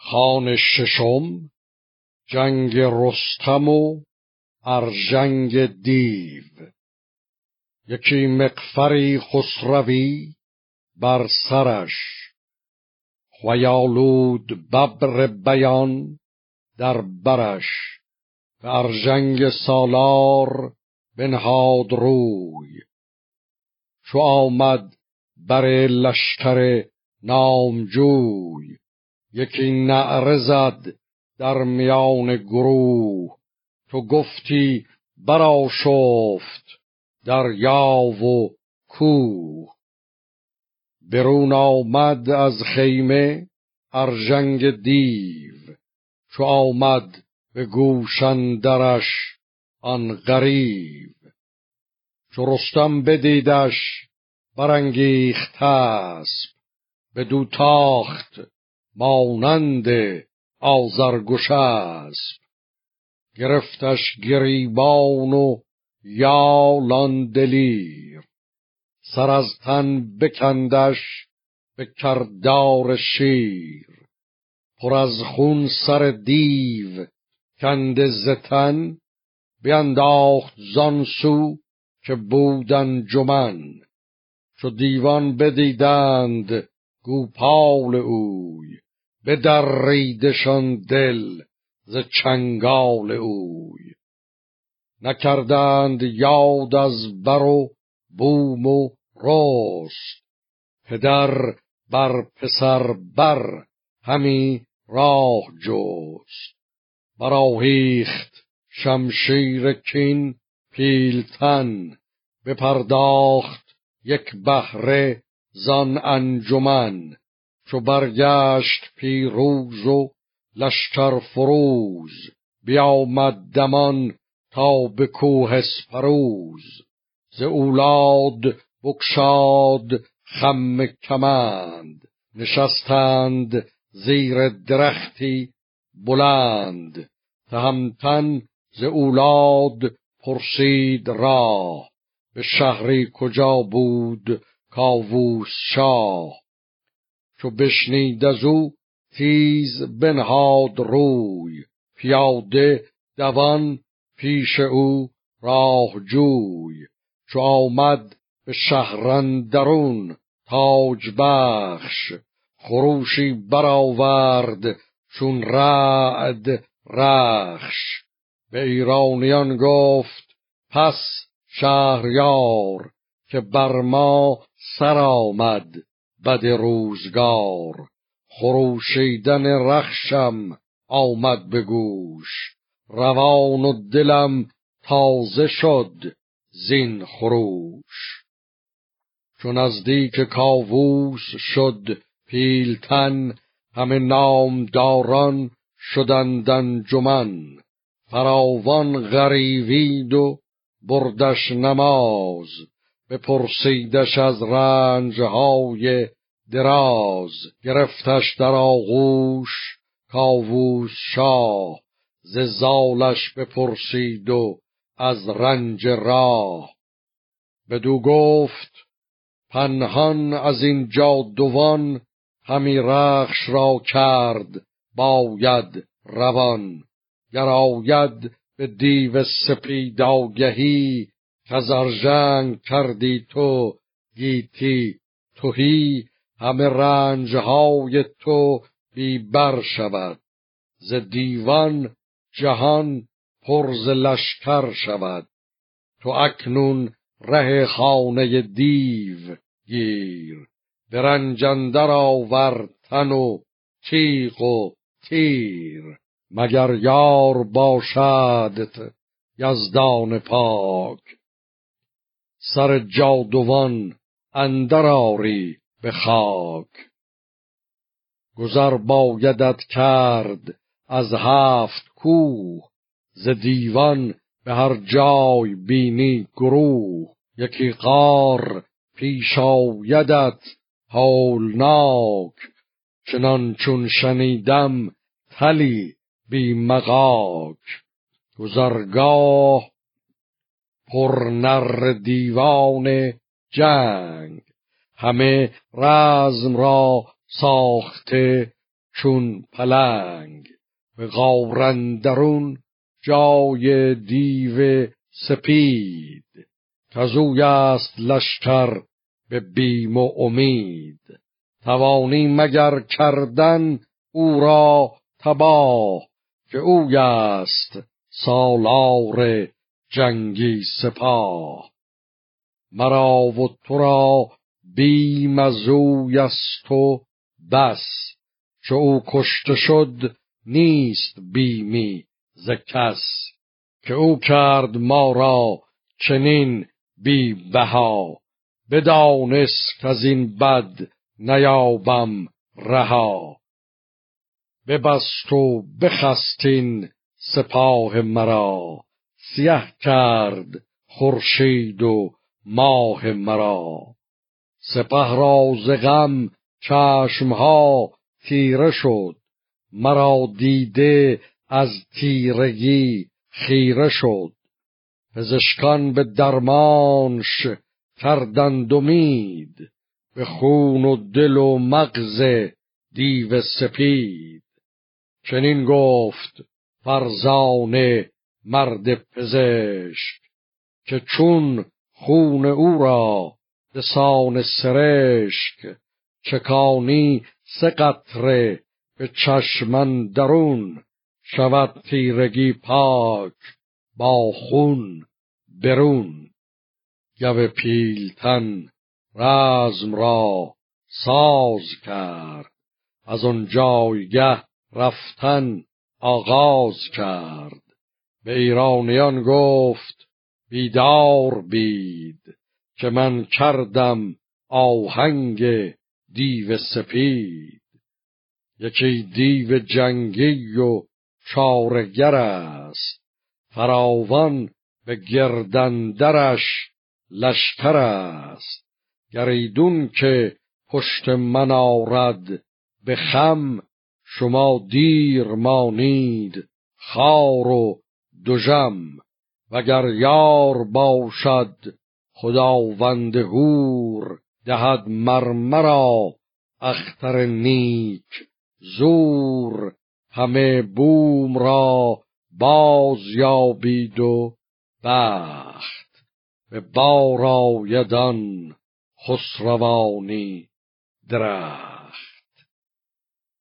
خان ششم جنگ رستم و ارژنگ دیو. یکی مغفری خسروی بر سرش، خویالود ببر بیان در برش. به ارژنگ سالار بنهاد روی، چو آمد بر لشکر نامجوی. یکی نعره زد در میان گروه، تو گفتی برآشفت دریا و کوه. برون آمد از خیمه ارژنگ دیو، چو آمد به گوش اندرش آن غریو. چو رستم بدیدش برانگیخت اسپ، بدو تاخت مانند آذرگش اسپ. گرفتش گریبان و یال آن دلیر، سر از تن بکندش به کردار شیر. پر از خون سر دیو کنده ز تن، بینداخت زان سو که بود انجمن. چو دیوان بدیدند گوپال اوی، بدریدشان دل ز چنگال اوی. نکردند یاد از بر و بوم و رست، پدر بر پسر بر همی راه جست. برآهیخت شمشیر کین پیلتن، بپرداخت یک بهره زان انجمن. چو برگشت پیروز و لشکر فروز، بیامد دمان تا به کوه اسپروز. ز اولاد بگشاد خم کمند، نشستند زیر درختی بلند. تهمتن ز اولاد پرسید راه، به شهری کجا بود کاووس شاه. چو بشنید از او تیز بنهاد روی، پیاده دوان پیش او راه جوی. چو آمد به شهر اندرون تاج بخش، خروشی برآورد چون رعد رخش. به ایرانیان گفت پس شهریار، که بر ما سر آمد بد روزگار. خروشیدن رخشم آمد به گوش، روان و دلم تازه شد زین خروش. چو نزدیک کاووس شد پیلتن، همه نامداران شدند انجمن. فراوان غریوید و بردش نماز، بپرسیدش از رنجهای دراز. گرفتش در آغوش کاووس شاه، ز زالش بپرسید و از رنج راه. بدو گفت پنهان از این جادوان، همی رخش را کرد باید روان. گر آید به دیو سپید آگهی، کز ارژنگ کردی تو گیتی تهی. همه رنجهای تو بی بر شود، ز دیوان جهان پر ز لشکر شود. تو اکنون ره خانه دیو گیر، به رنج اندر آور تن و تیغ و تیر. مگر یار باشدت یزدان پاک، سر جادوان اندر آری به خاک. گذر بایدت کرد از 7 کوه، ز دیوان به هر جای بینی گروه. یکی غار پیش آیدت هولناک، چنان چون شنیدم تلی بی مغاک. گذرگاه پر نر دیوان جنگ، همه رزم را ساخته چون پلنگ، به غار اندرون جای دیو سپید، کزوی است لشکر به بیم و امید. توانی مگر کردن او را تباه، که اوی است سالار جنگی سپاه. مرا و تو را بیم از اوی است و بس، چو او کشته شد نیست بیمی ز کس. که او کرد ما را چنین بی بها، بدانست کز این بد نیابم رها. ببست و بخست این سپاه مرا، سیه کرد خورشید و ماه مرا. سپه را ز غم چشمها تیره شد، مرا دیده از تیرگی خیره شد. پزشکان به درمانش کردند امید، به خون و دل و مغز دیو سپید. چنین گفت فرزانه مرد پزشک، که چون خون او را به سان سرشک، چکانی 3 قطره به چشم اندرون، شود تیرگی پاک با خون برون. گو پیلتن رزم را ساز کرد، از آن جایگه رفتن آغاز کرد. به ایرانیان گفت بیدار بید، که من کردم آهنگ دیو سپید. یکی دیو جنگی و چارگر است، فراوان به گردندرش لشکر است. گریدون که پشت من آرد به خم، شما دیر مانید خار و دژم. وگر یار باشد خداوند هور، دهد مرمرا اختر نیک زور. همه بوم را باز یابید و بخت، به بار آید آن خسروانی درخت.